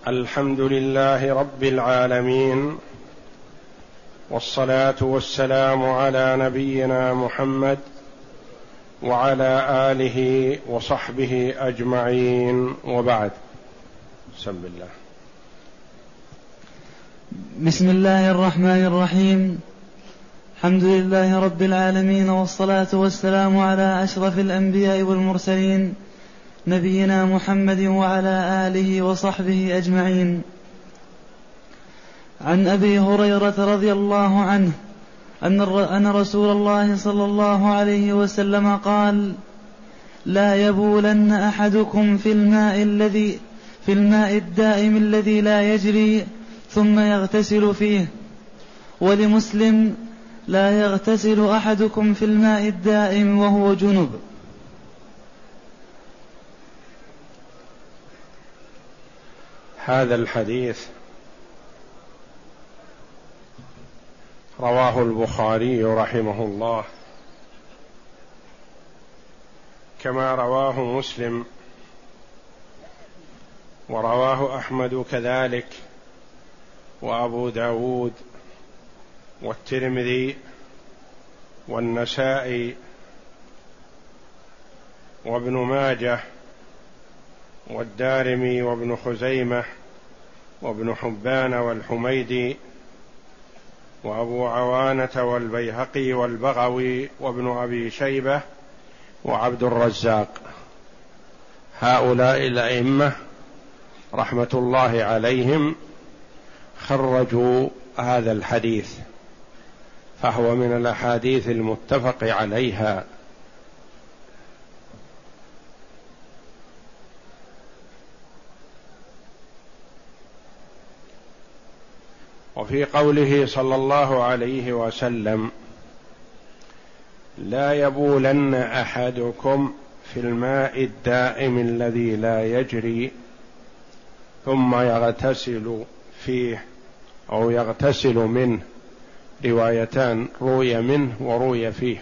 الحمد لله رب العالمين، والصلاة والسلام على نبينا محمد وعلى آله وصحبه أجمعين، وبعد. بسم الله. بسم الله الرحمن الرحيم. الحمد لله رب العالمين، والصلاة والسلام على أشرف الأنبياء والمرسلين، نبينا محمد وعلى آله وصحبه أجمعين. عن أبي هريرة رضي الله عنه أن رسول الله صلى الله عليه وسلم قال: لا يبولن أحدكم في الماء الدائم الذي لا يجري ثم يغتسل فيه. ولمسلم: لا يغتسل أحدكم في الماء الدائم وهو جنب. هذا الحديث رواه البخاري رحمه الله، كما رواه مسلم، ورواه أحمد كذلك، وأبو داود، والترمذي، والنسائي، وابن ماجه، والدارمي، وابن خزيمة، وابن حبان، والحميدي، وأبو عوانة، والبيهقي، والبغوي، وابن أبي شيبة، وعبد الرزاق. هؤلاء الأئمة رحمة الله عليهم خرجوا هذا الحديث، فهو من الأحاديث المتفق عليها. وفي قوله صلى الله عليه وسلم: لا يبولن أحدكم في الماء الدائم الذي لا يجري ثم يغتسل فيه، أو يغتسل منه، روايتان، روي منه وروي فيه.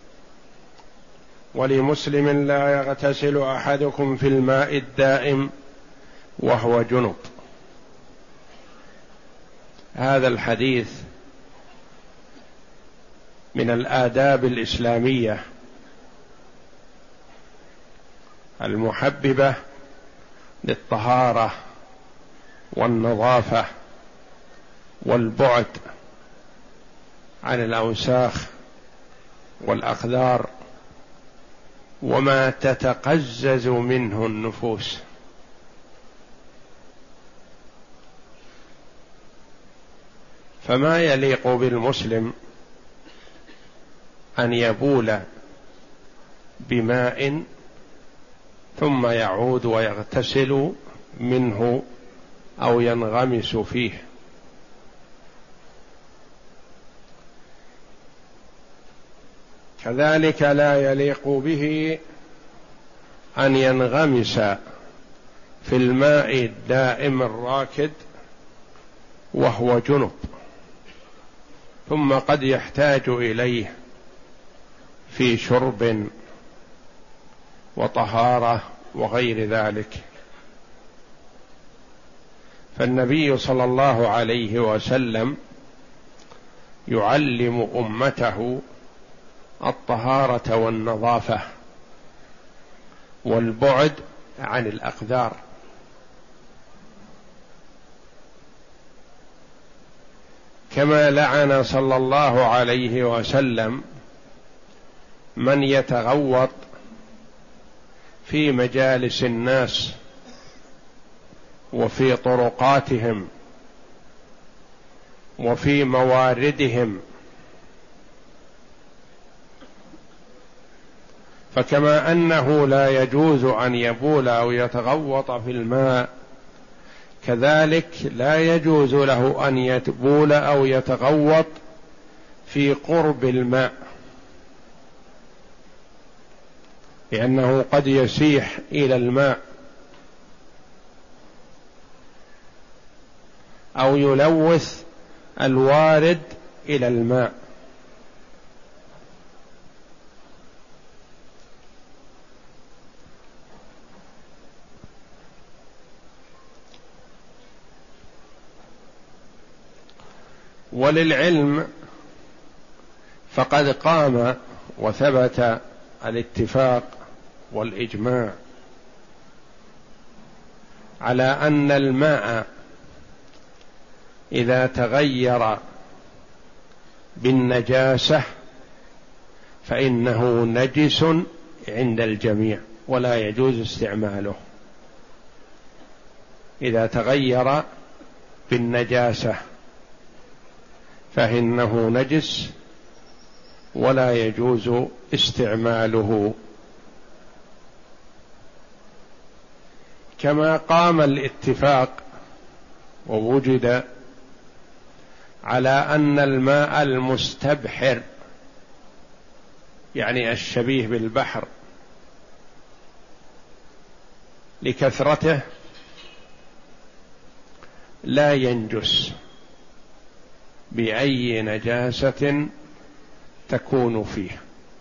ولمسلم: لا يغتسل أحدكم في الماء الدائم وهو جنب. هذا الحديث من الآداب الإسلامية المحببة للطهارة والنظافة والبعد عن الأوساخ والأقذار وما تتقزز منه النفوس. فما يليق بالمسلم أن يبول بماء ثم يعود ويغتسل منه أو ينغمس فيه. كذلك لا يليق به أن ينغمس في الماء الدائم الراكد وهو جنب، ثم قد يحتاج إليه في شرب وطهارة وغير ذلك. فالنبي صلى الله عليه وسلم يعلم أمته الطهارة والنظافة والبعد عن الأقذار. كما لعن صلى الله عليه وسلم من يتغوط في مجالس الناس وفي طرقاتهم وفي مواردهم. فكما أنه لا يجوز أن يبول أو يتغوط في الماء، كذلك لا يجوز له أن يبول أو يتغوط في قرب الماء، لأنه قد يسيح إلى الماء أو يلوث الوارد إلى الماء. وللعلم فقد قام وثبت الاتفاق والإجماع على أن الماء إذا تغير بالنجاسة فإنه نجس عند الجميع ولا يجوز استعماله. إذا تغير بالنجاسة فإنه نجس ولا يجوز استعماله. كما قام الاتفاق ووجد على أن الماء المستبحر يعني الشبيه بالبحر لكثرته لا ينجس بأي نجاسة تكون فيه.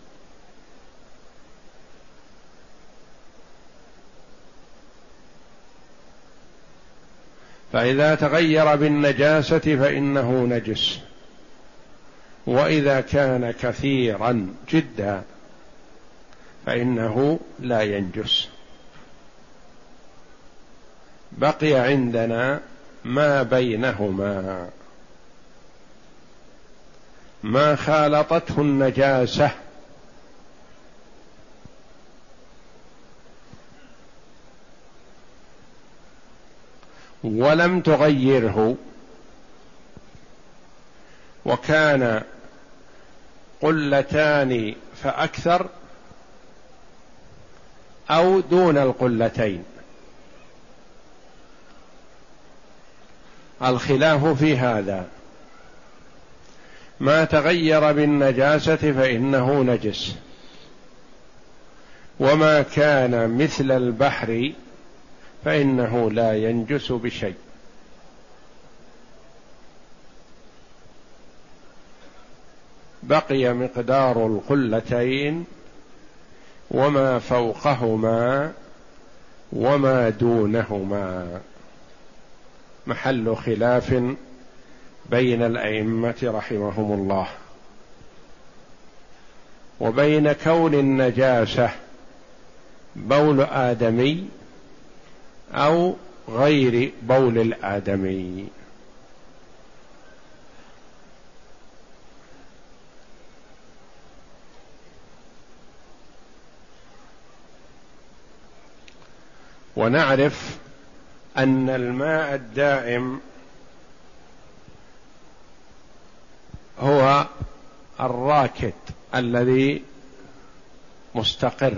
فإذا تغير بالنجاسة فإنه نجس، وإذا كان كثيرا جدا فإنه لا ينجس. بقي عندنا ما بينهما، ما خالطته النجاسة ولم تغيره، وكان قلتان فأكثر أو دون القلتين. الخلاف في هذا. ما تغير بالنجاسة فإنه نجس، وما كان مثل البحر فإنه لا ينجس بشيء. بقي مقدار القلتين وما فوقهما وما دونهما محل خلاف بين الأئمة رحمهم الله، وبين كون النجاسة بول آدمي أو غير بول الآدمي. ونعرف أن الماء الدائم هو الراكد الذي مستقر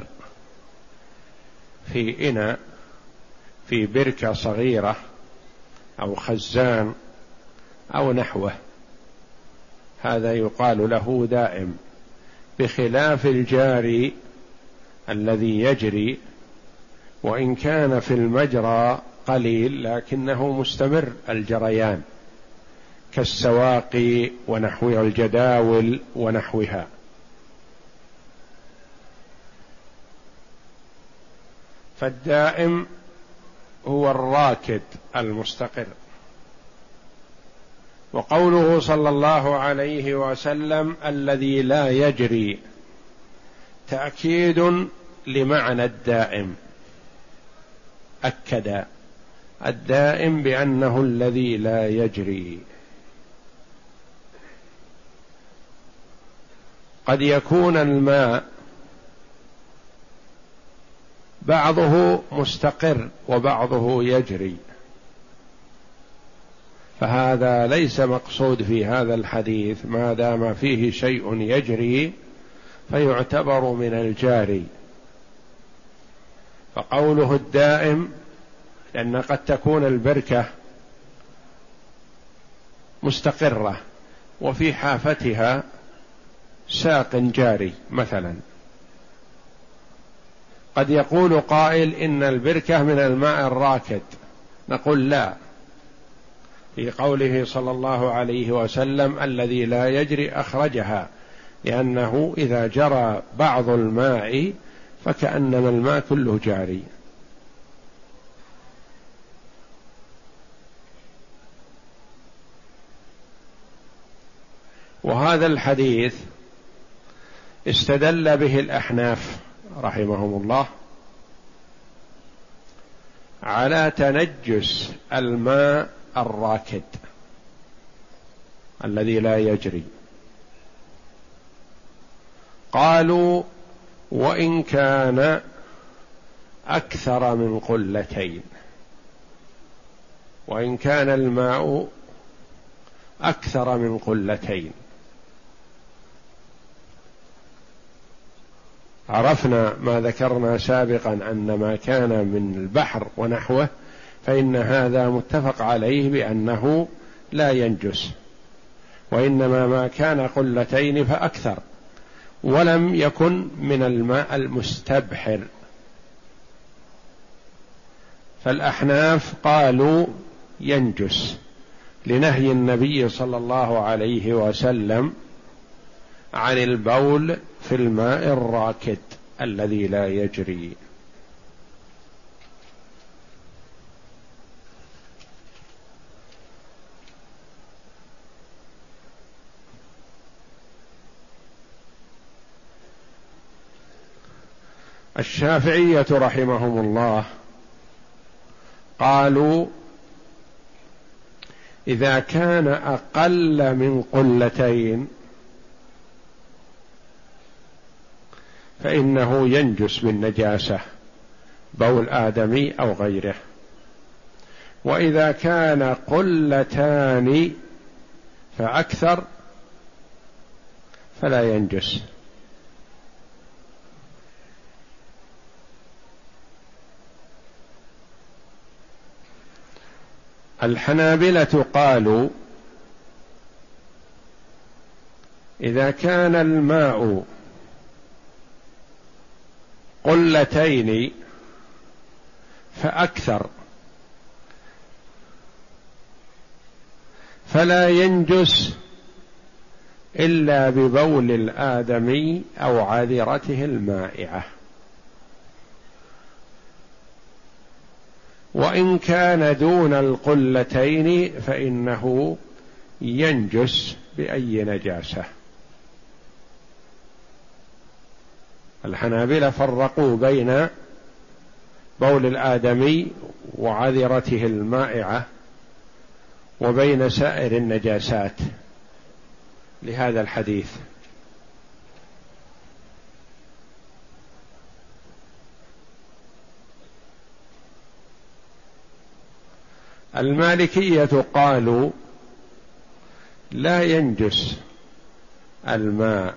في إناء، في بركة صغيرة أو خزان أو نحوه، هذا يقال له دائم، بخلاف الجاري الذي يجري وإن كان في المجرى قليل لكنه مستمر الجريان، كالسواقي ونحوها الجداول ونحوها. فالدائم هو الراكد المستقر. وقوله صلى الله عليه وسلم الذي لا يجري تأكيد لمعنى الدائم، أكد الدائم بأنه الذي لا يجري. قد يكون الماء بعضه مستقر وبعضه يجري، فهذا ليس مقصود في هذا الحديث، ما دام فيه شيء يجري فيعتبر من الجاري. فقوله الدائم لأن قد تكون البركة مستقرة وفي حافتها ساق جاري مثلا، قد يقول قائل إن البركة من الماء الراكد، نقول لا، في قوله صلى الله عليه وسلم الذي لا يجري أخرجها، لأنه إذا جرى بعض الماء فكأنما الماء كله جاري. وهذا الحديث استدل به الأحناف رحمهم الله على تنجس الماء الراكد الذي لا يجري. قالوا وإن كان أكثر من قلتين، وإن كان الماء أكثر من قلتين. عرفنا ما ذكرنا سابقا أن ما كان من البحر ونحوه فإن هذا متفق عليه بأنه لا ينجس، وإنما ما كان قلتين فأكثر ولم يكن من الماء المستبحر. فالأحناف قالوا ينجس لنهي النبي صلى الله عليه وسلم عن البول في الماء الراكد الذي لا يجري. الشافعية رحمهم الله قالوا إذا كان أقل من قلتين فإنه ينجس بالنجاسة بول آدمي أو غيره، وإذا كان قلتان فأكثر فلا ينجس. الحنابلة قالوا إذا كان الماء قلتين فأكثر فلا ينجس إلا ببول الآدمي أو عذرته المائعة، وإن كان دون القلتين فإنه ينجس بأي نجاسة. الحنابلة فرقوا بين بول الآدمي وعذرته المائعة وبين سائر النجاسات لهذا الحديث. المالكية قالوا لا ينجس الماء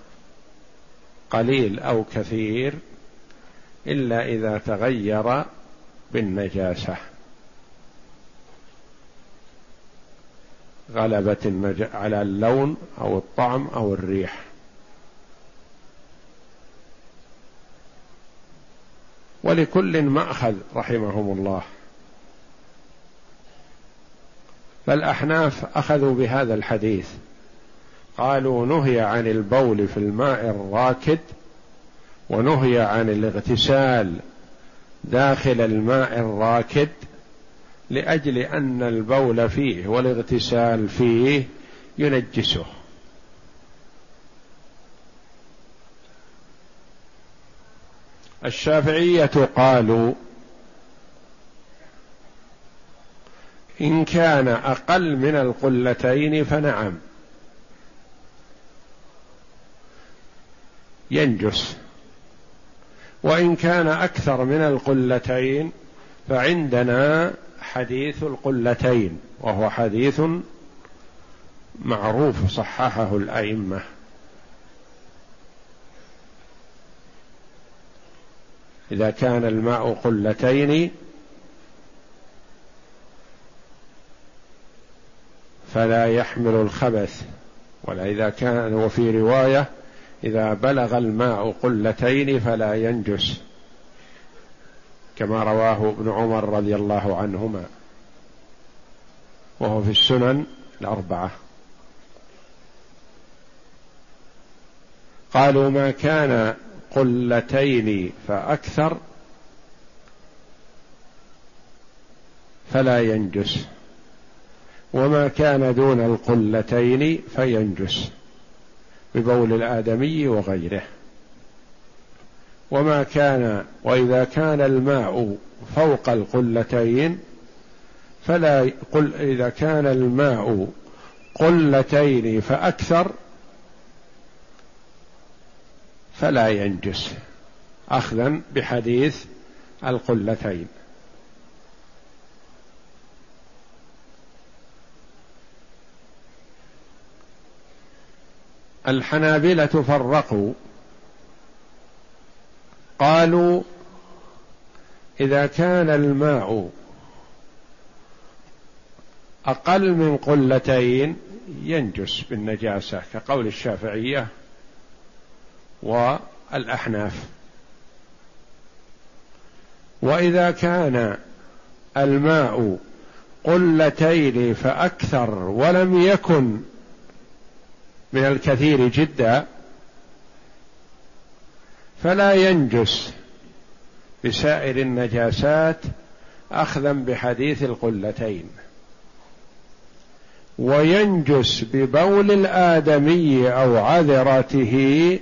قليل أو كثير إلا إذا تغير بالنجاسة، غلبت على اللون أو الطعم أو الريح. ولكل مأخذ رحمهم الله. فالأحناف أخذوا بهذا الحديث، قالوا نهي عن البول في الماء الراكد ونهي عن الاغتسال داخل الماء الراكد لأجل أن البول فيه والاغتسال فيه ينجسه. الشافعية قالوا إن كان أقل من القلتين فنعم ينجس، وإن كان أكثر من القلتين فعندنا حديث القلتين وهو حديث معروف صححه الأئمة. إذا كان الماء قلتين فلا يحمل الخبث، ولا إذا كان، وفي رواية إذا بلغ الماء قلتين فلا ينجس، كما رواه ابن عمر رضي الله عنهما وهو في السنن الأربعة. قالوا ما كان قلتين فأكثر فلا ينجس، وما كان دون القلتين فينجس ببول الآدمي وغيره. وإذا كان الماء فوق القلتين إذا كان الماء قلتين فأكثر فلا ينجس، أخذا بحديث القلتين. الحنابلة فرقوا، قالوا إذا كان الماء أقل من قلتين ينجس بالنجاسة، كقول الشافعية والأحناف. وإذا كان الماء قلتين فأكثر ولم يكن من الكثير جدا فلا ينجس بسائر النجاسات، أخذا بحديث القلتين. وينجس ببول الآدمي أو عذرته،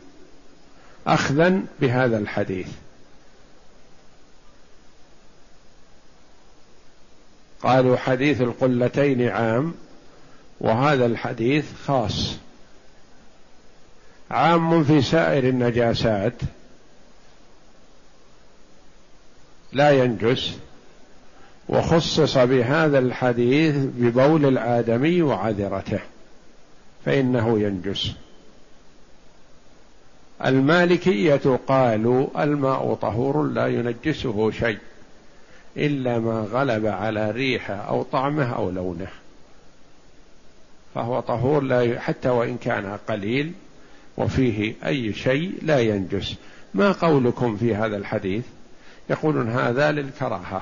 أخذا بهذا الحديث. قالوا حديث القلتين عام، وهذا الحديث خاص، عام في سائر النجاسات لا ينجس، وخصص بهذا الحديث ببول الآدمي وعذرته فإنه ينجس. المالكية قالوا الماء طهور لا ينجسه شيء إلا ما غلب على ريحه أو طعمه أو لونه، فهو طهور لا حتى وإن كان قليل وفيه أي شيء لا ينجس. ما قولكم في هذا الحديث؟ يقولون هذا للكراهة.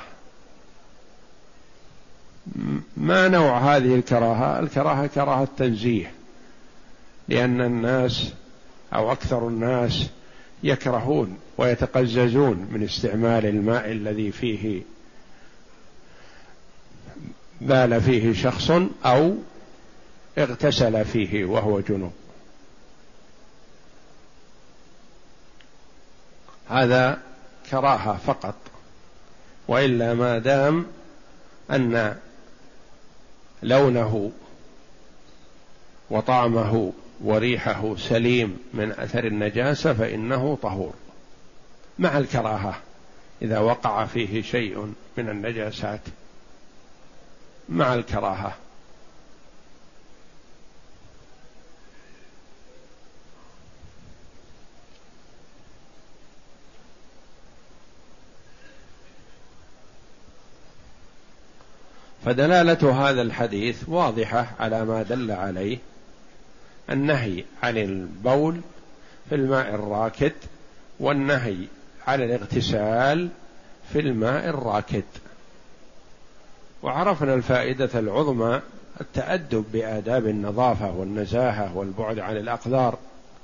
ما نوع هذه الكراهة؟ الكراهة كراهة تنزيه، لأن الناس أو أكثر الناس يكرهون ويتقززون من استعمال الماء الذي فيه بال فيه شخص أو اغتسل فيه وهو جنوب. هذا كراهة فقط، وإلا ما دام أن لونه وطعمه وريحه سليم من أثر النجاسة فإنه طهور، مع الكراهة إذا وقع فيه شيء من النجاسات، مع الكراهة. فدلالة هذا الحديث واضحة على ما دل عليه، النهي عن البول في الماء الراكد، والنهي عن الاغتسال في الماء الراكد. وعرفنا الفائدة العظمى، التأدب بآداب النظافة والنزاهة والبعد عن الأقذار.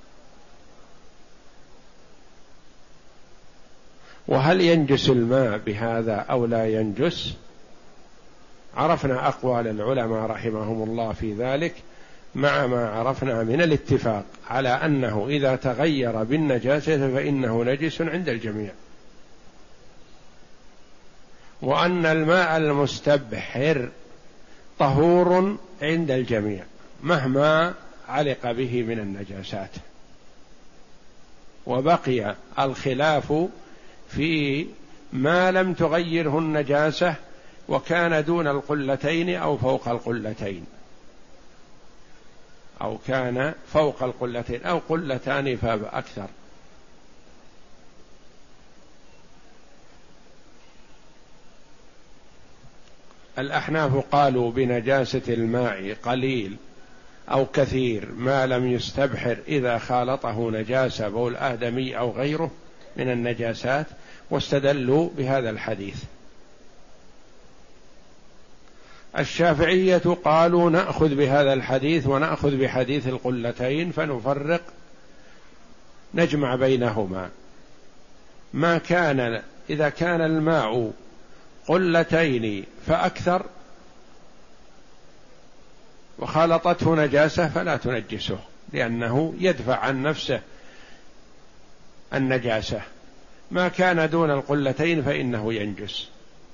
وهل ينجس الماء بهذا أو لا ينجس؟ عرفنا أقوال العلماء رحمهم الله في ذلك، مع ما عرفنا من الاتفاق على أنه إذا تغير بالنجاسة فإنه نجس عند الجميع، وأن الماء المستبحر طهور عند الجميع مهما علق به من النجاسات. وبقي الخلاف في ما لم تغيره النجاسة وكان دون القلتين أو فوق القلتين، أو كان فوق القلتين أو قلتان فأكثر. الأحناف قالوا بنجاسة الماء قليل أو كثير ما لم يستبحر إذا خالطه نجاسة بول آدمي أو غيره من النجاسات، واستدلوا بهذا الحديث. الشافعية قالوا نأخذ بهذا الحديث ونأخذ بحديث القلتين فنفرق، نجمع بينهما. ما كان إذا كان الماء قلتين فأكثر وخالطته نجاسة فلا تنجسه، لأنه يدفع عن نفسه النجاسة. ما كان دون القلتين فإنه ينجس.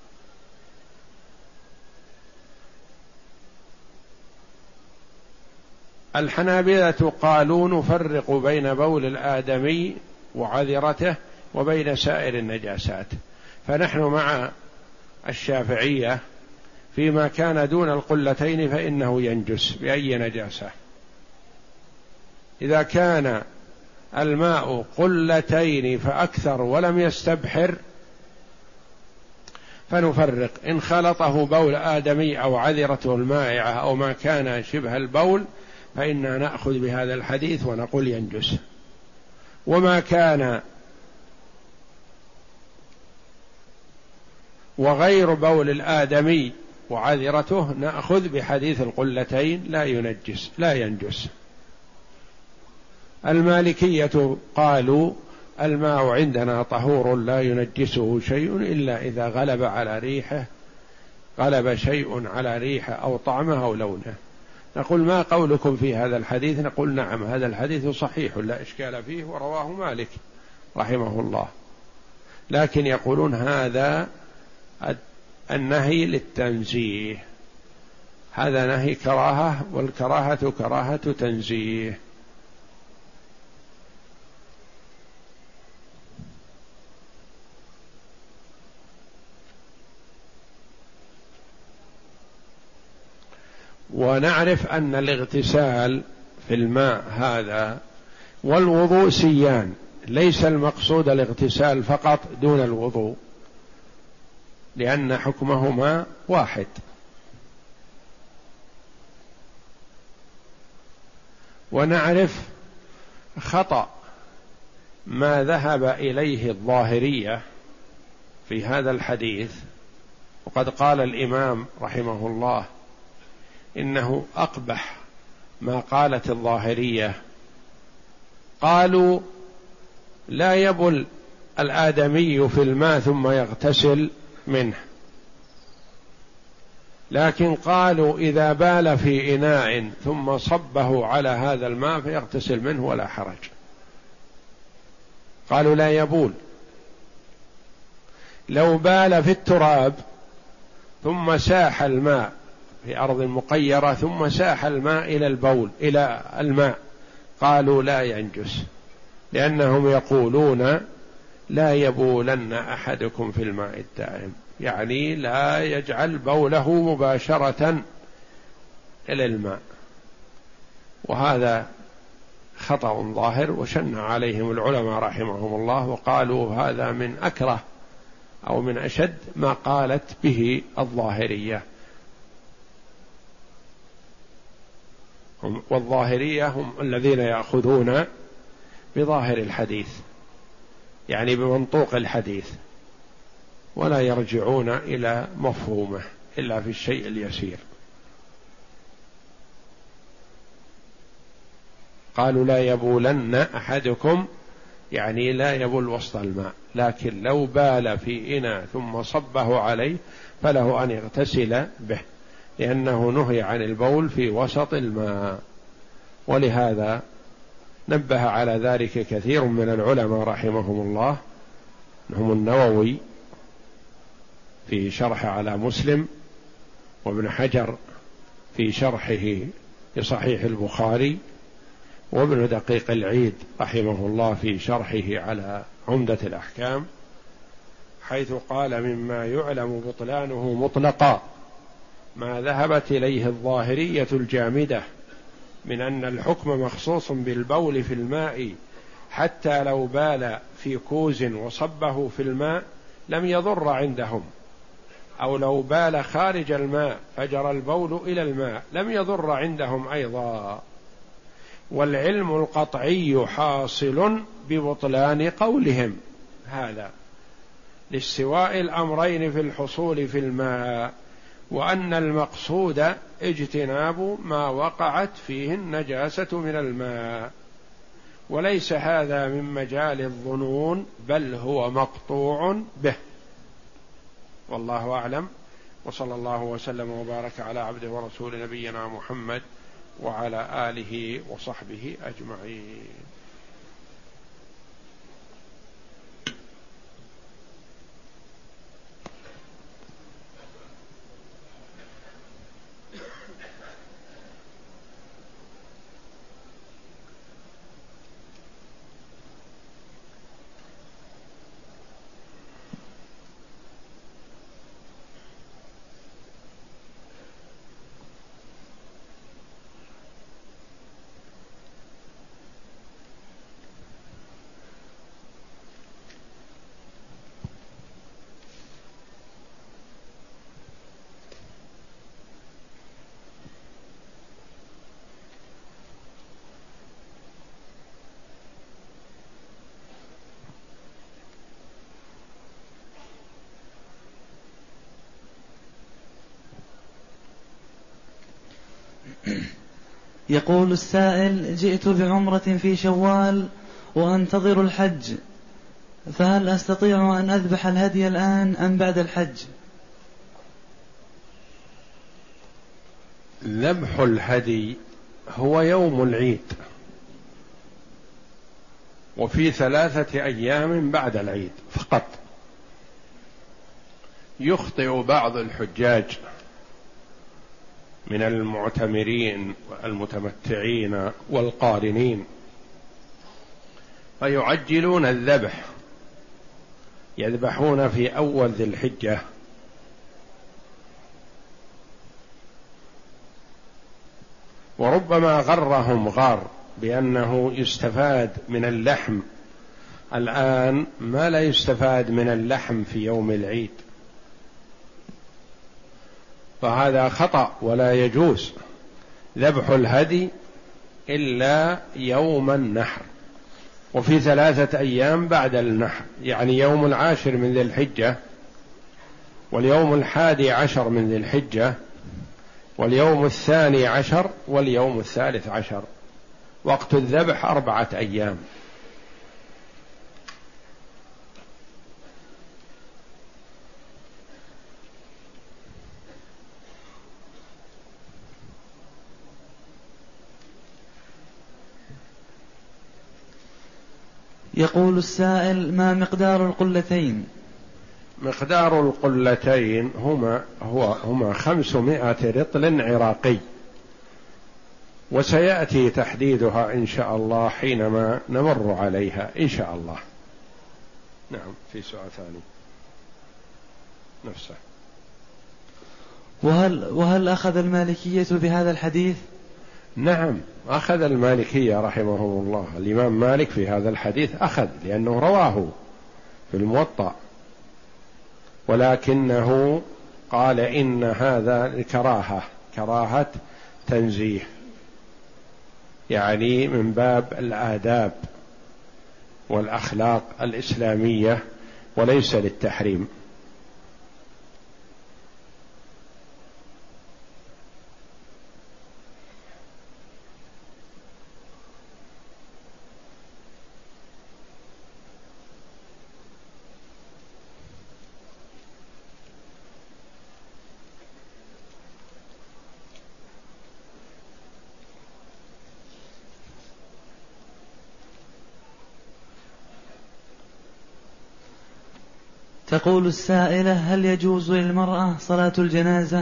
الحنابلة قالوا نفرق بين بول الآدمي وعذرته وبين سائر النجاسات، فنحن مع الشافعية فيما كان دون القلتين فإنه ينجس بأي نجاسة. إذا كان الماء قلتين فأكثر ولم يستبحر فنفرق، إن خلطه بول آدمي أو عذرته المائعة أو ما كان شبه البول فإننا نأخذ بهذا الحديث ونقول ينجس، وما كان وغير بول الآدمي وعذرته نأخذ بحديث القلتين لا ينجس. المالكية قالوا الماء عندنا طهور لا ينجسه شيء إلا إذا غلب شيء على ريحه أو طعمه أو لونه. نقول ما قولكم في هذا الحديث؟ نقول نعم هذا الحديث صحيح لا إشكال فيه ورواه مالك رحمه الله، لكن يقولون هذا النهي للتنزيه، هذا نهي كراهة، والكراهة كراهة تنزيه. ونعرف أن الاغتسال في الماء هذا والوضوء سيان، ليس المقصود الاغتسال فقط دون الوضوء، لأن حكمهما واحد. ونعرف خطأ ما ذهب إليه الظاهرية في هذا الحديث، وقد قال الإمام رحمه الله إنه أقبح ما قالت الظاهرية. قالوا لا يبل الآدمي في الماء ثم يغتسل منه، لكن قالوا إذا بال في إناء ثم صبه على هذا الماء فيغتسل منه ولا حرج. قالوا لا يبول. لو بال في التراب ثم ساح الماء في أرض مقيرة ثم ساح الماء إلى الماء قالوا لا ينجس، لأنهم يقولون لا يبولن أحدكم في الماء الدائم، يعني لا يجعل بوله مباشرة إلى الماء، وهذا خطأ ظاهر وشنع عليهم العلماء رحمهم الله، وقالوا هذا من أكره أو من أشد ما قالت به الظاهرية. والظاهرية هم الذين يأخذون بظاهر الحديث، يعني بمنطوق الحديث، ولا يرجعون إلى مفهومه إلا في الشيء اليسير. قالوا لا يبولن أحدكم، يعني لا يبول وسط الماء، لكن لو بال في إناء ثم صبه عليه فله أن يغتسل به، لأنه نهي عن البول في وسط الماء. ولهذا نبه على ذلك كثير من العلماء رحمهم الله، منهم النووي في شرح على مسلم، وابن حجر في شرحه لصحيح البخاري، وابن دقيق العيد رحمه الله في شرحه على عمدة الأحكام، حيث قال مما يعلم بطلانه مطلقا ما ذهبت إليه الظاهرية الجامدة من أن الحكم مخصوص بالبول في الماء، حتى لو بال في كوز وصبه في الماء لم يضر عندهم، أو لو بال خارج الماء فجر البول إلى الماء لم يضر عندهم أيضا. والعلم القطعي حاصل ببطلان قولهم هذا لاستواء الأمرين في الحصول في الماء، وأن المقصود اجتناب ما وقعت فيه النجاسة من الماء، وليس هذا من مجال الظنون بل هو مقطوع به، والله أعلم. وصلى الله وسلم وبارك على عبده ورسول نبينا محمد وعلى آله وصحبه أجمعين. يقول السائل: جئت بعمرة في شوال وأنتظر الحج، فهل أستطيع أن أذبح الهدي الآن أم بعد الحج؟ ذبح الهدي هو يوم العيد، وفي 3 أيام بعد العيد فقط. يخطئ بعض الحجاج من المعتمرين والمتمتعين والقارنين فيعجلون الذبح، يذبحون في أول ذي الحجة، وربما غرهم غار بأنه يستفاد من اللحم الآن ما لا يستفاد من اللحم في يوم العيد، فهذا خطأ. ولا يجوز ذبح الهدي إلا يوم النحر، وفي 3 أيام بعد النحر، يعني يوم 10 من ذي الحجة، واليوم 11 من ذي الحجة، واليوم 12 واليوم 13. وقت الذبح 4 أيام. يقول السائل: ما مقدار القلتين؟ مقدار القلتين هما 500 رطل عراقي، وسيأتي تحديدها إن شاء الله حينما نمر عليها إن شاء الله. نعم، في سؤال ثاني نفسه. وهل أخذ المالكية بهذا الحديث؟ نعم، أخذ المالكية رحمهم الله. الإمام مالك في هذا الحديث أخذ، لأنه رواه في الموطأ، ولكنه قال إن هذا كراهة تنزيه، يعني من باب الآداب والأخلاق الإسلامية، وليس للتحريم. تقول السائلة: هل يجوز للمرأة صلاة الجنازة؟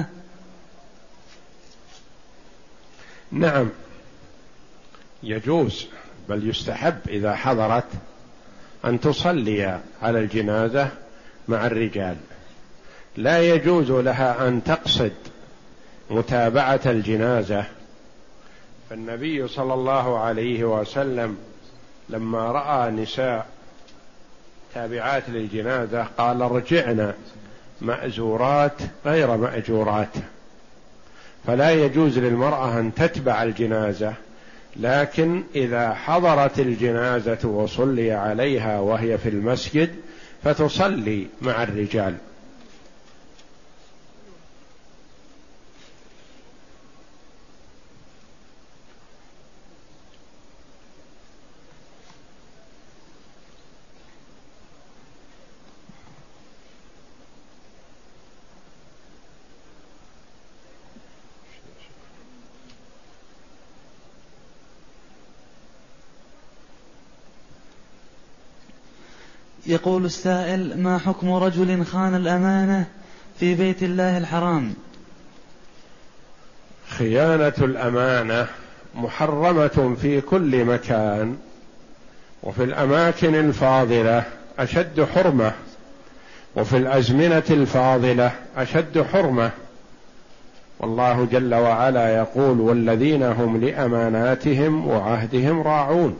نعم يجوز، بل يستحب إذا حضرت أن تصلي على الجنازة مع الرجال. لا يجوز لها أن تقصد متابعة الجنازة، فالنبي صلى الله عليه وسلم لما رأى نساء تابعات للجنازة قال: ارجعن مأزورات غير مأجورات. فلا يجوز للمرأة أن تتبع الجنازة، لكن إذا حضرت الجنازة وصلي عليها وهي في المسجد فتصلي مع الرجال. يقول السائل: ما حكم رجل خان الأمانة في بيت الله الحرام؟ خيانة الأمانة محرمة في كل مكان، وفي الأماكن الفاضلة أشد حرمة، وفي الأزمنة الفاضلة أشد حرمة. والله جل وعلا يقول: والذين هم لأماناتهم وعهدهم راعون.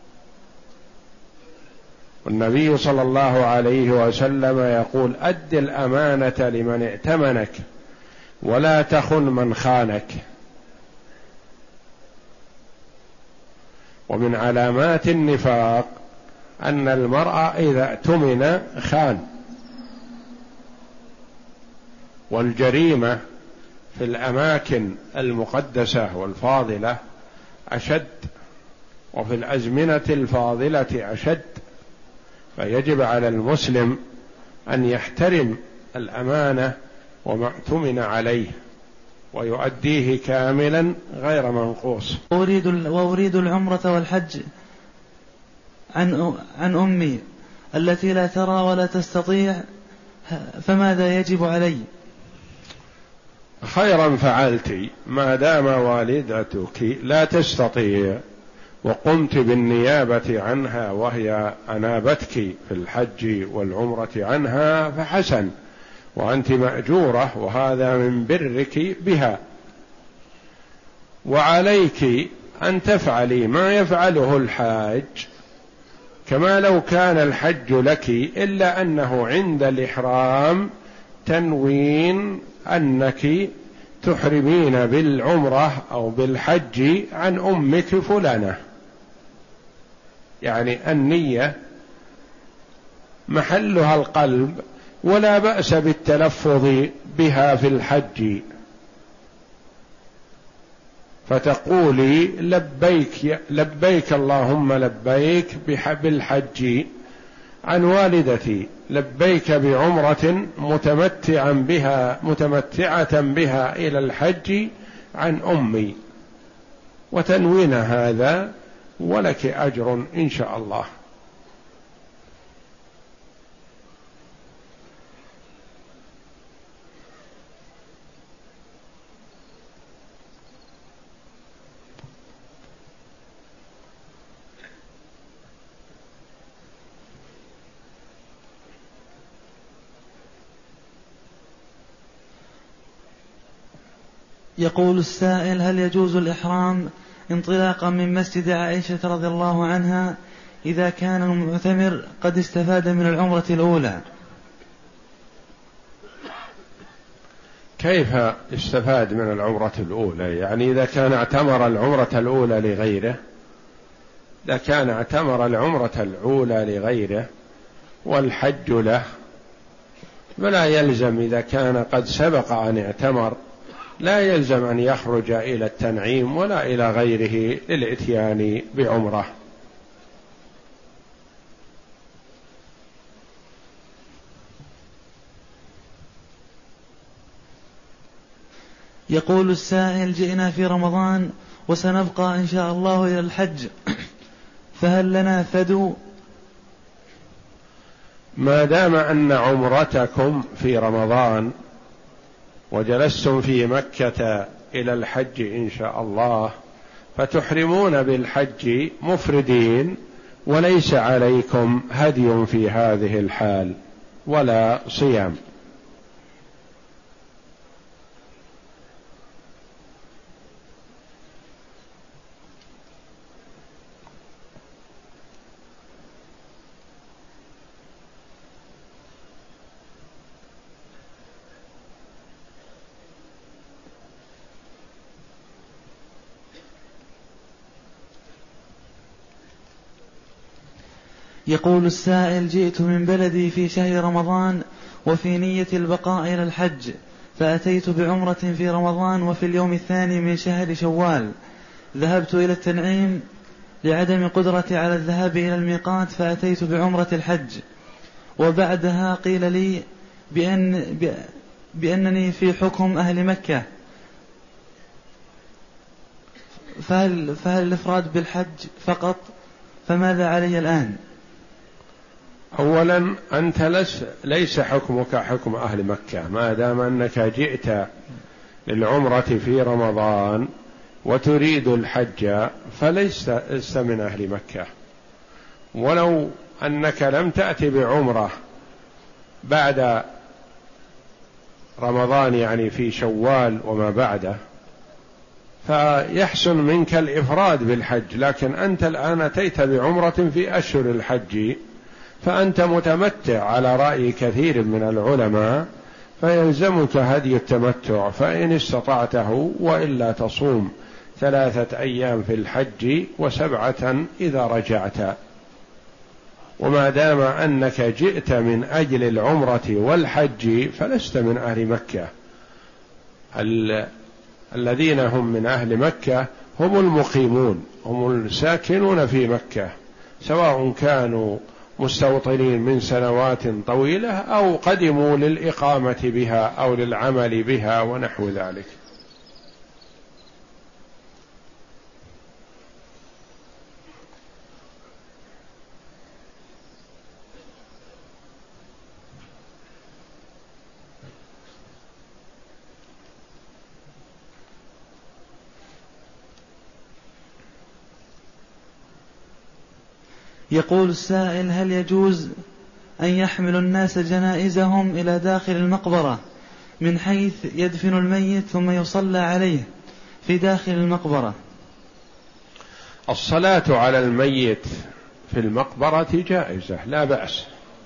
والنبي صلى الله عليه وسلم يقول: أد الأمانة لمن ائتمنك ولا تخن من خانك. ومن علامات النفاق أن المرء إذا اؤتمن خان. والجريمة في الأماكن المقدسة والفاضلة أشد، وفي الأزمنة الفاضلة أشد. فيجب على المسلم أن يحترم الأمانة وما اؤتمن عليه ويؤديه كاملا غير منقوص. وأريد العمرة والحج عن أمي التي لا ترى ولا تستطيع، فماذا يجب علي؟ خيرا فعلت، ما دام والدتك لا تستطيع وقمت بالنيابة عنها وهي أنابتك في الحج والعمرة عنها فحسن، وأنت مأجورة، وهذا من برك بها. وعليك أن تفعلي ما يفعله الحاج كما لو كان الحج لك، إلا أنه عند الإحرام تنوين أنك تحرمين بالعمرة أو بالحج عن أمك فلانة، يعني النية محلها القلب، ولا بأس بالتلفظ بها في الحج، فتقولي: لبيك لبيك اللهم لبيك بالحج عن والدتي، لبيك بعمرة متمتعة بها إلى الحج عن أمي، وتنوين هذا ولك أجر إن شاء الله. يقول السائل: هل يجوز الإحرام انطلاقا من مسجد عائشة رضي الله عنها إذا كان المعتمر قد استفاد من العمرة الأولى؟ كيف استفاد من العمرة الأولى؟ يعني إذا كان اعتمر العمرة الأولى لغيره، إذا كان اعتمر العمرة الأولى لغيره والحج له، فلا يلزم، إذا كان قد سبق أن اعتمر لا يلزم أن يخرج إلى التنعيم ولا إلى غيره للإتيان بعمرة. يقول السائل: جئنا في رمضان وسنبقى إن شاء الله إلى الحج، فهل لنا فدو؟ ما دام أن عمرتكم في رمضان وجلستم في مكة إلى الحج إن شاء الله، فتحرمون بالحج مفردين، وليس عليكم هدي في هذه الحال ولا صيام. يقول السائل: جئت من بلدي في شهر رمضان وفي نية البقاء إلى الحج، فأتيت بعمرة في رمضان وفي اليوم الثاني من شهر شوال ذهبت إلى التنعيم لعدم قدرتي على الذهاب إلى الميقات، فأتيت بعمرة الحج، وبعدها قيل لي بأنني في حكم أهل مكة، فهل الإفراد بالحج فقط؟ فماذا علي الآن؟ أولا أنت ليس حكمك حكم أهل مكة، ما دام أنك جئت للعمرة في رمضان وتريد الحج فليست من أهل مكة. ولو أنك لم تأتي بعمرة بعد رمضان، يعني في شوال وما بعده، فيحسن منك الإفراد بالحج، لكن أنت الآن أتيت بعمرة في أشهر الحج فأنت متمتع على رأي كثير من العلماء، فيلزمك هدي التمتع، فإن استطعته، وإلا تصوم 3 أيام في الحج و7 إذا رجعت. وما دام أنك جئت من أجل العمرة والحج فلست من أهل مكة. الذين هم من أهل مكة هم المقيمون، هم الساكنون في مكة، سواء كانوا مستوطنين من سنوات طويلة أو قدموا للإقامة بها أو للعمل بها ونحو ذلك. يقول السائل: هل يجوز أن يحمل الناس جنائزهم إلى داخل المقبرة من حيث يدفن الميت ثم يصلى عليه في داخل المقبرة؟ الصلاة على الميت في المقبرة جائزة لا بأس.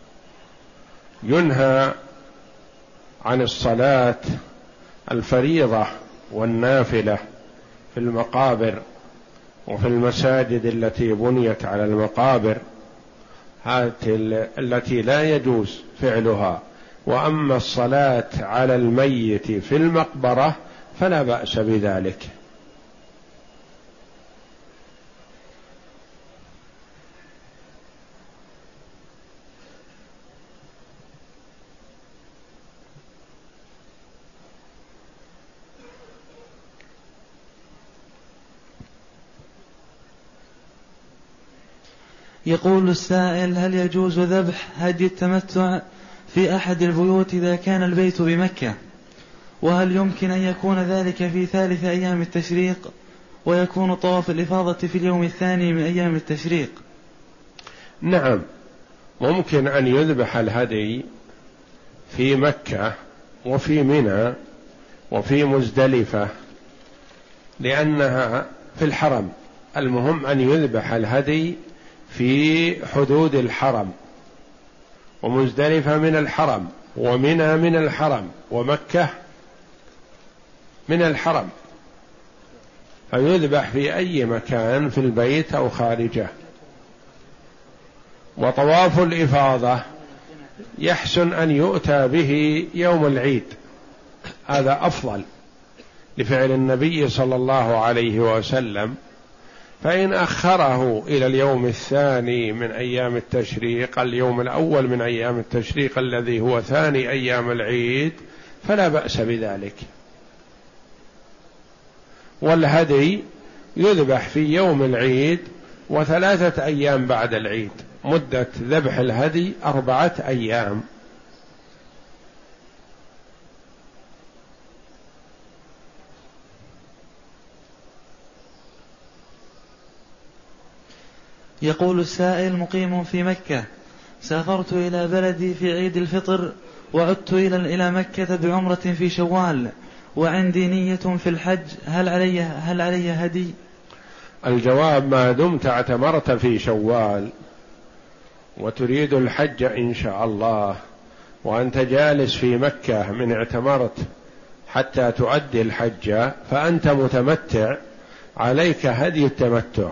ينهى عن الصلاة الفريضة والنافلة في المقابر وفي المساجد التي بنيت على المقابر، هذه التي لا يجوز فعلها. وأما الصلاة على الميت في المقبرة فلا بأس بذلك. يقول السائل: هل يجوز ذبح هدي التمتع في أحد البيوت إذا كان البيت بمكة؟ وهل يمكن أن يكون ذلك في 3 أيام التشريق ويكون طواف الإفاضة في اليوم الثاني من أيام التشريق؟ نعم، ممكن أن يذبح الهدي في مكة وفي منى وفي مزدلفة لأنها في الحرم. المهم أن يذبح الهدي في حدود الحرم، ومزدلفة من الحرم، ومنى من الحرم، ومكة من الحرم، فيذبح في أي مكان في البيت أو خارجه. وطواف الإفاضة يحسن أن يؤتى به يوم العيد، هذا أفضل لفعل النبي صلى الله عليه وسلم. فإن أخره إلى اليوم الثاني من أيام التشريق، اليوم الأول من أيام التشريق الذي هو ثاني أيام العيد، فلا بأس بذلك. والهدي يذبح في يوم العيد و3 أيام بعد العيد، مدة ذبح الهدي 4 أيام. يقول السائل: مقيم في مكة، سافرت إلى بلدي في عيد الفطر وعدت إلى مكة بعمرة في شوال وعندي نية في الحج، هل علي هدي؟ الجواب: ما دمت اعتمرت في شوال وتريد الحج إن شاء الله وأنت جالس في مكة من اعتمرت حتى تؤدي الحج فأنت متمتع، عليك هدي التمتع.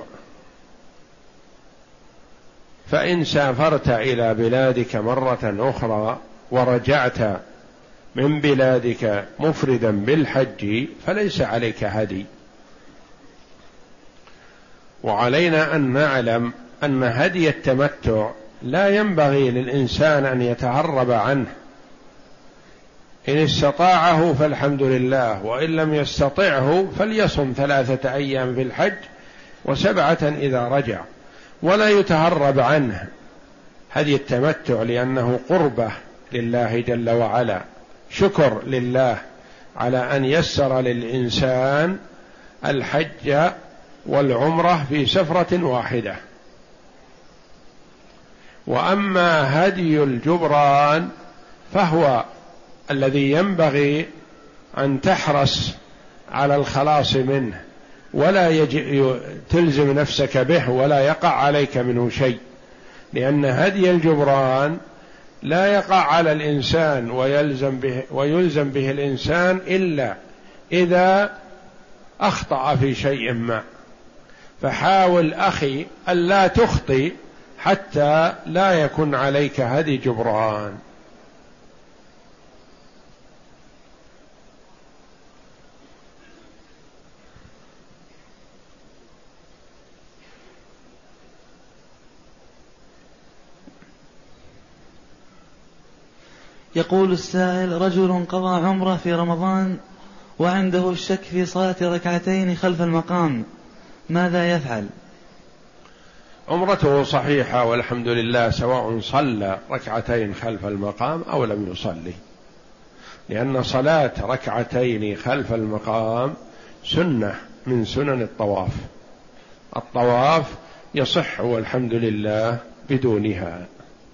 فإن سافرت إلى بلادك مرة أخرى ورجعت من بلادك مفردا بالحج فليس عليك هدي. وعلينا أن نعلم أن هدي التمتع لا ينبغي للإنسان أن يتهرب عنه، إن استطاعه فالحمد لله، وإن لم يستطعه فليصم 3 أيام في الحج و7 إذا رجع، ولا يتهرب عنه هدي التمتع لأنه قربة لله جل وعلا، شكر لله على أن يسر للإنسان الحج والعمرة في سفرة واحدة. وأما هدي الجبران فهو الذي ينبغي أن تحرص على الخلاص منه، ولا تلزم نفسك به ولا يقع عليك منه شيء، لأن هدي الجبران لا يقع على الإنسان ويلزم به الإنسان إلا إذا أخطأ في شيء ما. فحاول أخي ألا تخطئ حتى لا يكون عليك هدي جبران. يقول السائل: رجل قضى عمره في رمضان وعنده الشك في صلاة ركعتين خلف المقام، ماذا يفعل؟ عمرته صحيحة والحمد لله، سواء صلى ركعتين خلف المقام أو لم يصلي، لأن صلاة ركعتين خلف المقام سنة من سنن الطواف. الطواف يصح والحمد لله بدونها.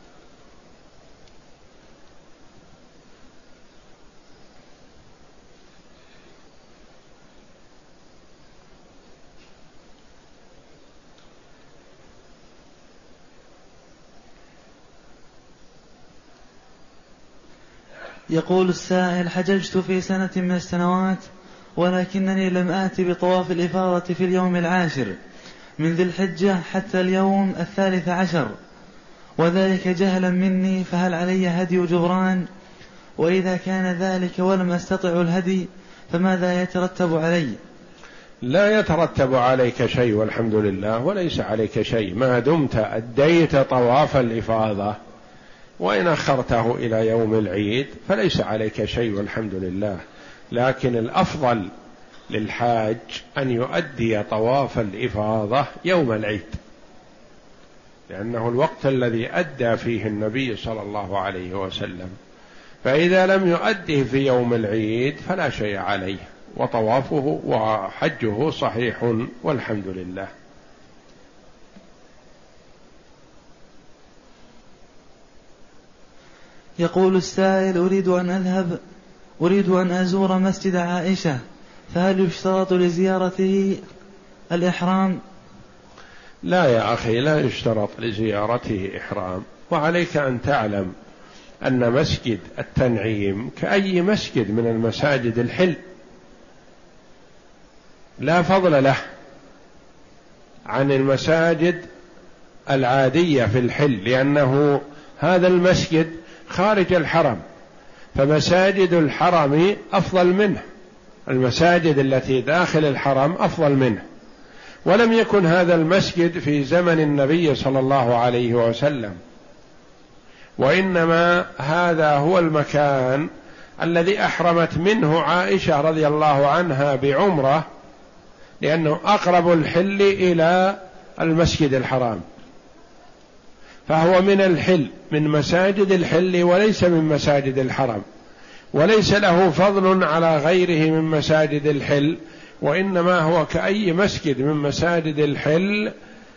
يقول السائل: حججت في سنة من السنوات ولكنني لم آت بطواف الإفاضة في اليوم 10 من ذي الحجة حتى اليوم 13، وذلك جهلا مني، فهل علي هدي جبران؟ وإذا كان ذلك ولم أستطع الهدي فماذا يترتب علي؟ لا يترتب عليك شيء والحمد لله، وليس عليك شيء ما دمت أديت طواف الإفاضة، وإن أخرته إلى يوم العيد فليس عليك شيء والحمد لله. لكن الأفضل للحاج أن يؤدي طواف الإفاضة يوم العيد، لأنه الوقت الذي أدى فيه النبي صلى الله عليه وسلم، فإذا لم يؤده في يوم العيد فلا شيء عليه، وطوافه وحجه صحيح والحمد لله. يقول السائل: أريد أن أزور مسجد عائشة، فهل يشترط لزيارته الإحرام؟ لا يا أخي، لا يشترط لزيارته إحرام. وعليك أن تعلم أن مسجد التنعيم كأي مسجد من المساجد الحل، لا فضل له عن المساجد العادية في الحل، لأنه هذا المسجد خارج الحرم، فمساجد الحرم أفضل منه، المساجد التي داخل الحرم أفضل منه. ولم يكن هذا المسجد في زمن النبي صلى الله عليه وسلم، وإنما هذا هو المكان الذي أحرمت منه عائشة رضي الله عنها بعمرة، لأنه أقرب الحل إلى المسجد الحرام، فهو من الحل، من مساجد الحل وليس من مساجد الحرم، وليس له فضل على غيره من مساجد الحل، وإنما هو كأي مسجد من مساجد الحل،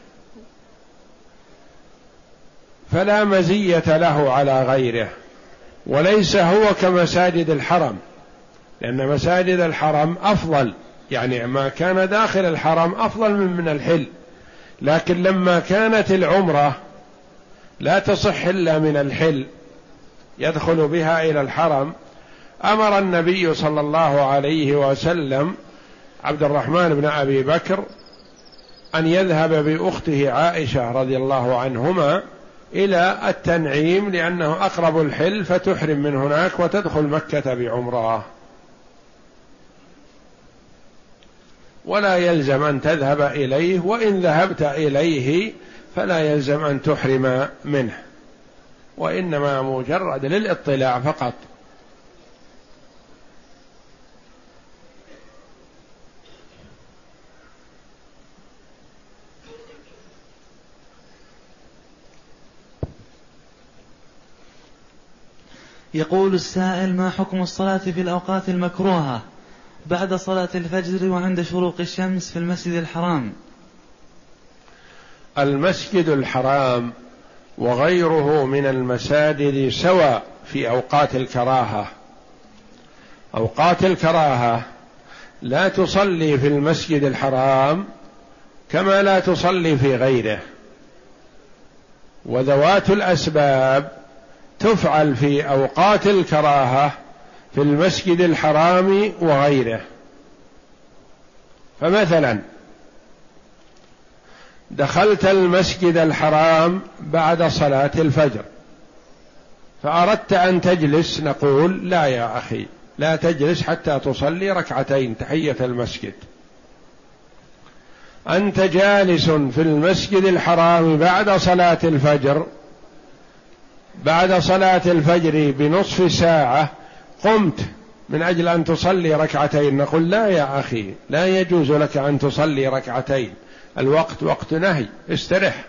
فلا مزية له على غيره، وليس هو كمساجد الحرم، لأن مساجد الحرم أفضل، يعني ما كان داخل الحرم أفضل من الحل. لكن لما كانت العمرة لا تصح إلا من الحل يدخل بها إلى الحرم، أمر النبي صلى الله عليه وسلم عبد الرحمن بن أبي بكر أن يذهب بأخته عائشة رضي الله عنهما إلى التنعيم، لأنه أقرب الحل، فتحرم من هناك وتدخل مكة بعمرة، ولا يلزم أن تذهب إليه، وإن ذهبت إليه فلا يلزم أن تحرم منه، وإنما مجرد للإطلاع فقط. يقول السائل: ما حكم الصلاة في الأوقات المكروهة بعد صلاة الفجر وعند شروق الشمس في المسجد الحرام؟ المسجد الحرام وغيره من المساجد سواء في أوقات الكراهة. أوقات الكراهة لا تصلي في المسجد الحرام كما لا تصلي في غيره، وذوات الأسباب تفعل في أوقات الكراهة في المسجد الحرام وغيره. فمثلا دخلت المسجد الحرام بعد صلاة الفجر فأردت أن تجلس، نقول: لا يا أخي، لا تجلس حتى تصلي ركعتين تحية المسجد. أنت جالس في المسجد الحرام بعد صلاة الفجر، بعد صلاة الفجر بنصف ساعة قمت من أجل أن تصلي ركعتين، نقول: لا يا أخي، لا يجوز لك أن تصلي ركعتين، الوقت وقت نهي، استرح.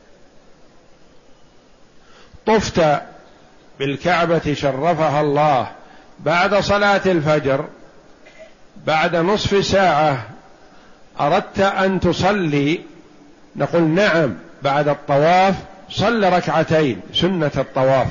طفت بالكعبة شرفها الله بعد صلاة الفجر، بعد نصف ساعة أردت أن تصلي، نقول: نعم، بعد الطواف صل ركعتين سنة الطواف.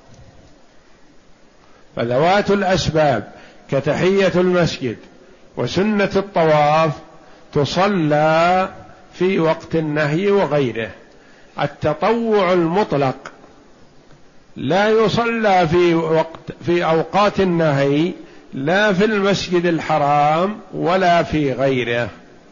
فذوات الأسباب كتحية المسجد وسنة الطواف تصلى في وقت النهي وغيره. التطوع المطلق لا يصلى في أوقات النهي، لا في المسجد الحرام ولا في غيره.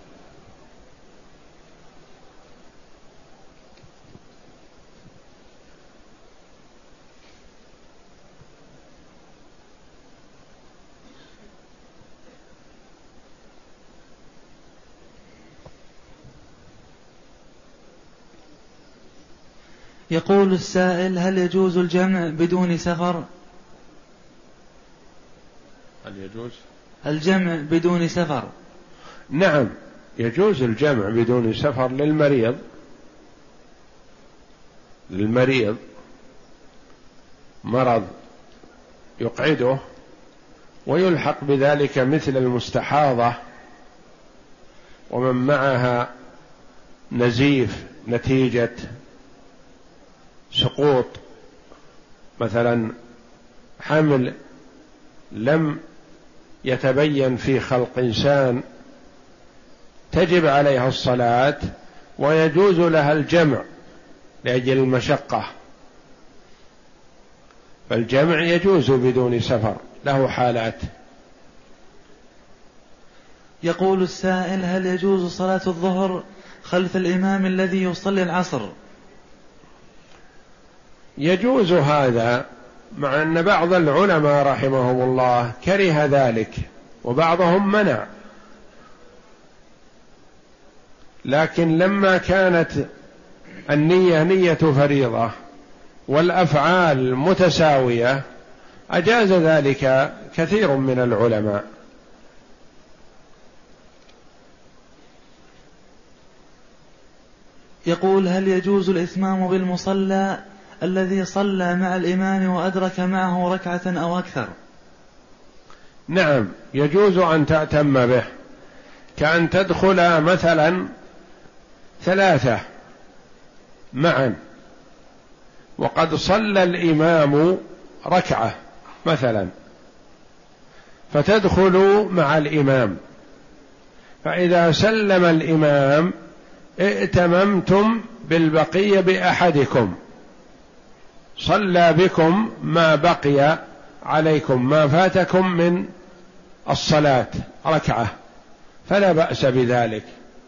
يقول السائل: هل يجوز الجمع بدون سفر؟ هل يجوز الجمع بدون سفر؟ نعم، يجوز الجمع بدون سفر للمريض مرض يقعده ويلحق بذلك مثل المستحاضة ومن معها نزيف نتيجة سقوط مثلا حمل لم يتبين في خلق إنسان، تجب عليها الصلاة ويجوز لها الجمع لأجل المشقة، فالجمع يجوز بدون سفر، له حالات. يقول السائل: هل يجوز صلاة الظهر خلف الإمام الذي يصلي العصر؟ يجوز هذا، مع أن بعض العلماء رحمهم الله كره ذلك وبعضهم منع، لكن لما كانت النية نية فريضة والأفعال متساوية أجاز ذلك كثير من العلماء. يقول: هل يجوز الإتمام بالمصلى الذي صلى مع الإمام وأدرك معه ركعة أو أكثر؟ نعم، يجوز أن تأتم به، كأن تدخل مثلا 3 معا وقد صلى الإمام ركعة مثلا، فتدخل مع الإمام، فإذا سلم الإمام ائتممتم بالبقية بأحدكم، صلى بكم ما بقي عليكم، ما فاتكم من الصلاة ركعة، فلا بأس بذلك.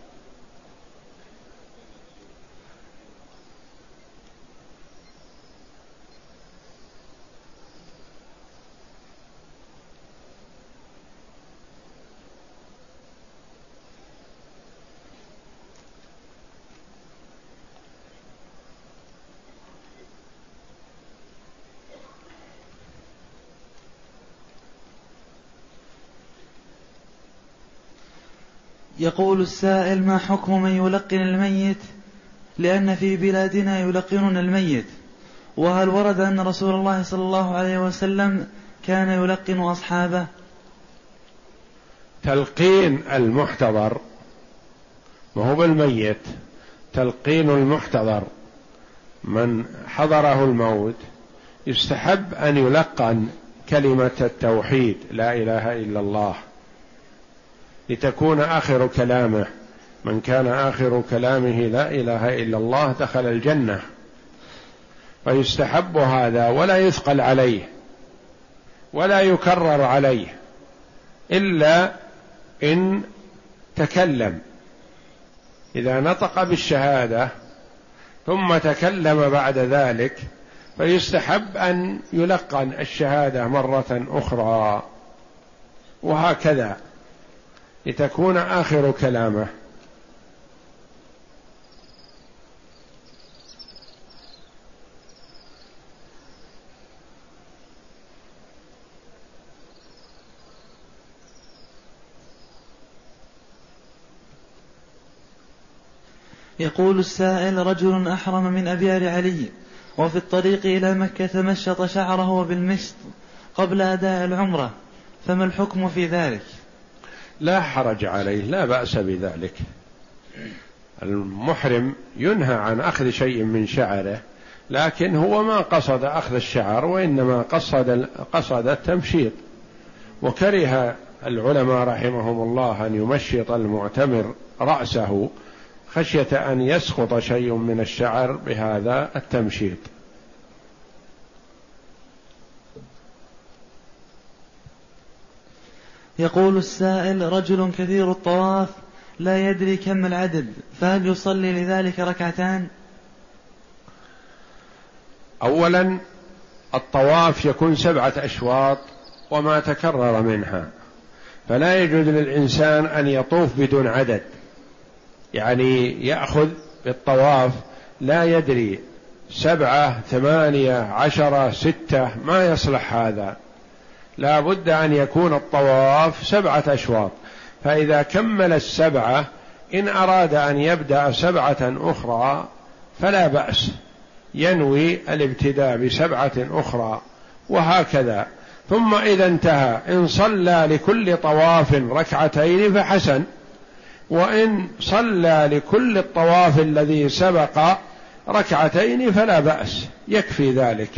يقول السائل: ما حكم من يلقن الميت؟ لأن في بلادنا يلقنون الميت وهل ورد أن رسول الله صلى الله عليه وسلم كان يلقن أصحابه؟ تلقين المحتضر وهو بالميت، تلقين المحتضر من حضره الموت يستحب أن يلقن كلمة التوحيد لا إله إلا الله لتكون آخر كلامه، من كان آخر كلامه لا إله إلا الله دخل الجنة، فيستحب هذا ولا يثقل عليه ولا يكرر عليه إلا إن تكلم، إذا نطق بالشهادة ثم تكلم بعد ذلك فيستحب أن يلقن الشهادة مرة أخرى، وهكذا لتكون آخر كلامه. يقول السائل: رجل أحرم من أبيار علي وفي الطريق إلى مكة مشط شعره بالمشط قبل أداء العمرة، فما الحكم في ذلك؟ لا حرج عليه، لا بأس بذلك. المحرم ينهى عن أخذ شيء من شعره، لكن هو ما قصد أخذ الشعر وإنما قصد التمشيط، وكره العلماء رحمهم الله أن يمشط المعتمر رأسه خشية أن يسقط شيء من الشعر بهذا التمشيط. يقول السائل: رجل كثير الطواف لا يدري كم العدد، فهل يصلي لذلك ركعتان؟ أولا الطواف يكون 7 أشواط وما تكرر منها، فلا يجوز للإنسان أن يطوف بدون عدد، يعني يأخذ بالطواف لا يدري 7 8 10 6، ما يصلح هذا، لا بد أن يكون الطواف 7 أشواط، فإذا كمل 7 إن أراد أن يبدأ 7 أخرى فلا بأس، ينوي الابتداء ب7 أخرى، وهكذا. ثم إذا انتهى إن صلى لكل طواف ركعتين فحسن، وإن صلى لكل الطواف الذي سبق ركعتين فلا بأس، يكفي ذلك.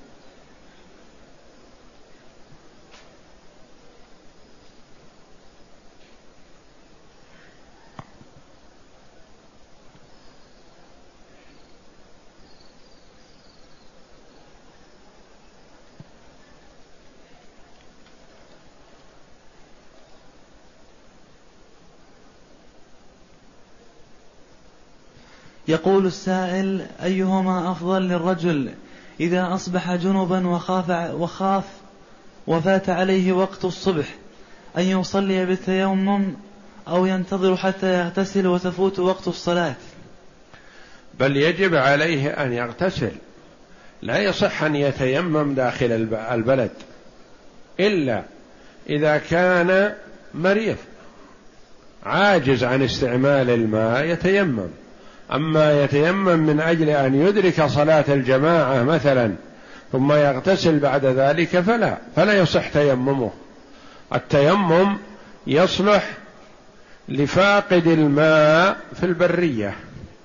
يقول السائل: أيهما أفضل للرجل إذا أصبح جنبا وخاف وفات عليه وقت الصبح، أن يصلي بالتيمم أو ينتظر حتى يغتسل وتفوت وقت الصلاة؟ بل يجب عليه أن يغتسل، لا يصح أن يتيمم داخل البلد إلا إذا كان مريض عاجز عن استعمال الماء يتيمم، أما يتيمم من أجل أن يدرك صلاة الجماعة مثلا ثم يغتسل بعد ذلك فلا يصح تيممه. التيمم يصلح لفاقد الماء في البرية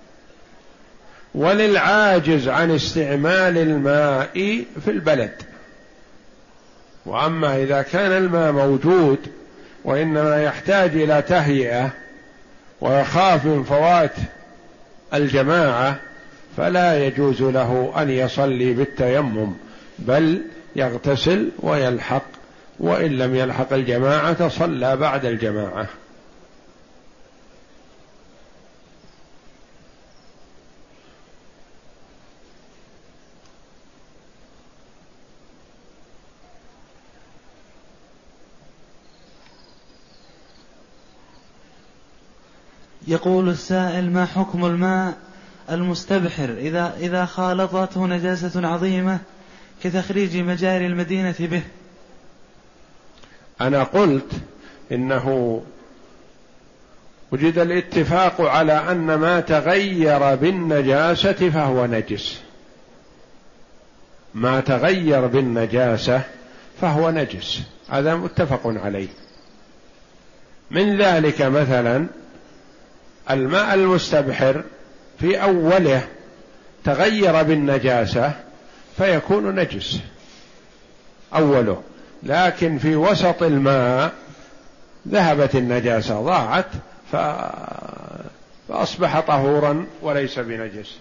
وللعاجز عن استعمال الماء في البلد، وأما إذا كان الماء موجود وإنما يحتاج إلى تهيئة ويخاف من فوات الجماعة فلا يجوز له أن يصلي بالتيمم، بل يغتسل ويلحق، وإن لم يلحق الجماعة صلى بعد الجماعة. يقول السائل: ما حكم الماء المستبحر إذا خالطته نجاسة عظيمة كتخريج مجاري المدينة به؟ أنا قلت إنه وجد الاتفاق على أن ما تغير بالنجاسة فهو نجس، ما تغير بالنجاسة فهو نجس، هذا متفق عليه. من ذلك مثلا الماء المستبحر في أوله تغير بالنجاسة فيكون نجس أوله، لكن في وسط الماء ذهبت النجاسة ضاعت فأصبح طهورا وليس بنجس.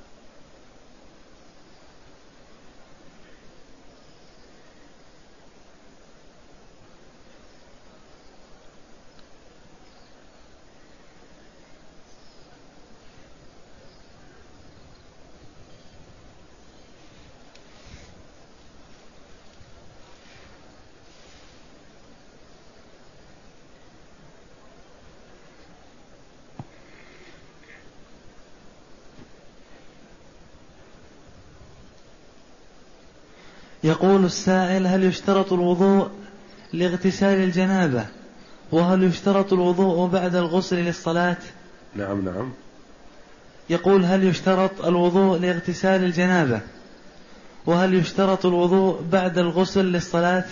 يقول السائل: هل يشترط الوضوء لاغتسال الجنابة؟ وهل يشترط الوضوء بعد الغسل للصلاة؟ نعم. يقول: هل يشترط الوضوء لاغتسال الجنابة؟ وهل يشترط الوضوء بعد الغسل للصلاة؟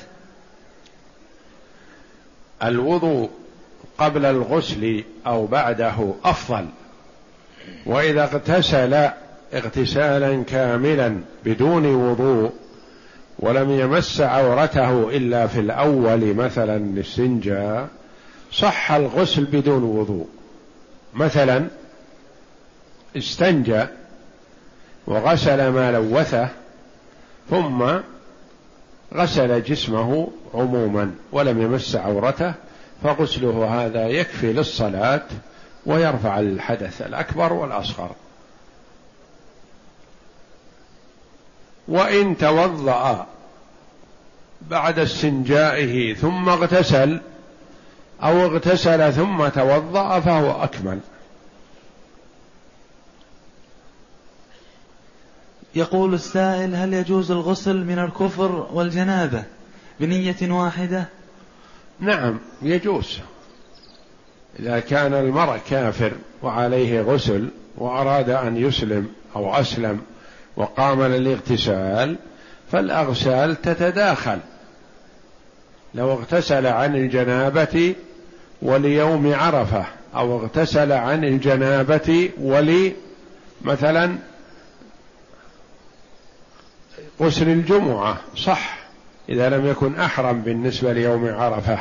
الوضوء قبل الغسل أو بعده أفضل، وإذا اغتسل اغتسالا كاملا بدون وضوء ولم يمس عورته إلا في الأول مثلا الاستنجاء صح الغسل بدون وضوء. مثلا استنجى وغسل ما لوثه ثم غسل جسمه عموما ولم يمس عورته، فغسله هذا يكفي للصلاة ويرفع الحدث الأكبر والأصغر. وإن توضأ بعد استنجائه ثم اغتسل أو اغتسل ثم توضأ فهو أكمل. يقول السائل: هل يجوز الغسل من الكفر والجنابة بنية واحدة؟ نعم يجوز، إذا كان المرء كافر وعليه غسل وأراد أن يسلم أو أسلم وقام للاغتسال فالأغسال تتداخل. لو اغتسل عن الجنابة وليوم عرفة أو اغتسل عن الجنابة مثلا غسل الجمعة صح إذا لم يكن أحرم بالنسبة ليوم عرفة.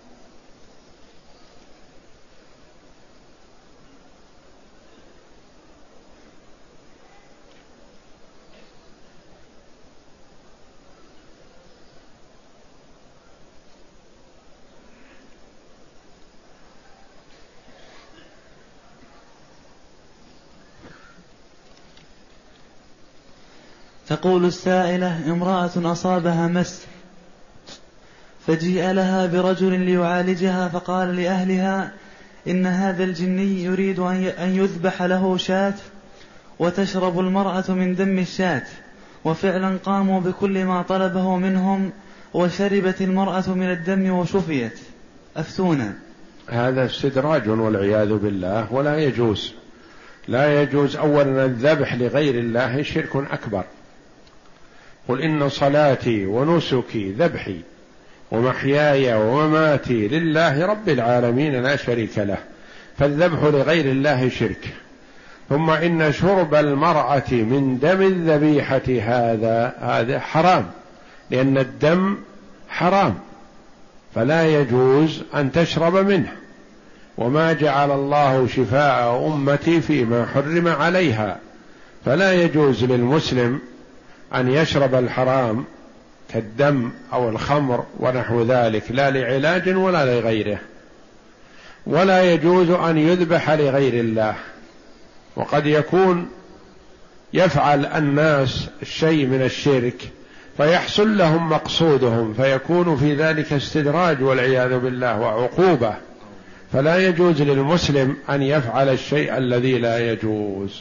تقول السائلة: امرأة أصابها مس فجيء لها برجل ليعالجها، فقال لأهلها إن هذا الجني يريد أن يذبح له شاة وتشرب المرأة من دم الشاة، وفعلا قاموا بكل ما طلبه منهم وشربت المرأة من الدم وشفيت، أفتونا. هذا استدراج والعياذ بالله، ولا يجوز. لا يجوز. أولا الذبح لغير الله شرك أكبر. قل إن صلاتي ونسكي ذبحي ومحياي ومماتي لله رب العالمين لا شريك له، فالذبح لغير الله شرك. ثم إن شرب المرأة من دم الذبيحة هذا حرام، لأن الدم حرام فلا يجوز أن تشرب منه. وما جعل الله شفاء أمتي فيما حرم عليها، فلا يجوز للمسلم أن يشرب الحرام كالدم أو الخمر ونحو ذلك، لا لعلاج ولا لغيره. ولا يجوز أن يذبح لغير الله. وقد يكون يفعل الناس الشيء من الشرك فيحصل لهم مقصودهم، فيكون في ذلك استدراج والعياذ بالله وعقوبة. فلا يجوز للمسلم أن يفعل الشيء الذي لا يجوز.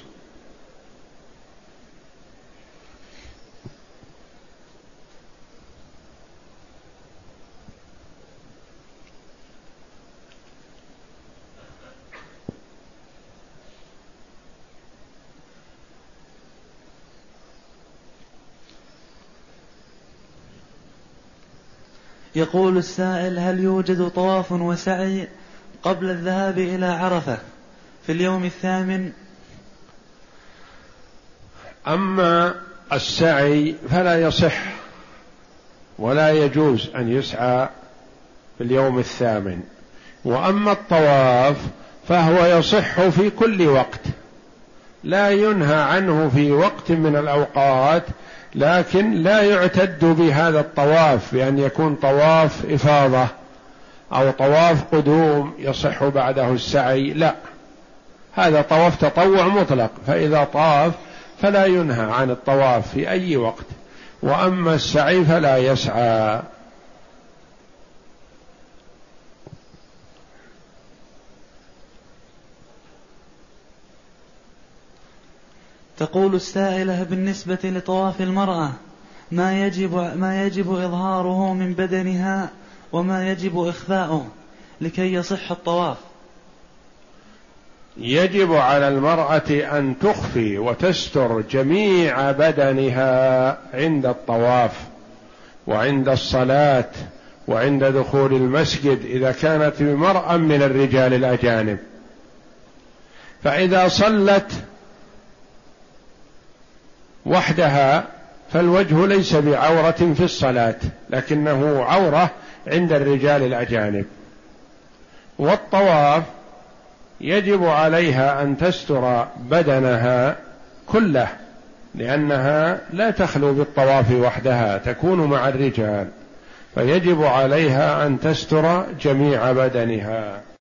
يقول السائل: هل يوجد طواف وسعي قبل الذهاب إلى عرفة في اليوم الثامن؟ أما السعي فلا يصح ولا يجوز أن يسعى في اليوم الثامن، وأما الطواف فهو يصح في كل وقت، لا ينهى عنه في وقت من الأوقات، لكن لا يعتد بهذا الطواف بأن يكون طواف إفاضة أو طواف قدوم يصح بعده السعي، لا، هذا طواف تطوع مطلق، فإذا طاف فلا ينهى عن الطواف في أي وقت، وأما السعي فلا يسعى. تقول السائلة: بالنسبة لطواف المرأة ما يجب إظهاره من بدنها وما يجب إخفاؤه لكي يصح الطواف؟ يجب على المرأة أن تخفي وتستر جميع بدنها عند الطواف وعند الصلاة وعند دخول المسجد إذا كانت بمرأة من الرجال الأجانب، فإذا صلت وحدها فالوجه ليس بعورة في الصلاة، لكنه عورة عند الرجال الأجانب. والطواف يجب عليها أن تستر بدنها كله، لأنها لا تخلو بالطواف وحدها، تكون مع الرجال، فيجب عليها أن تستر جميع بدنها.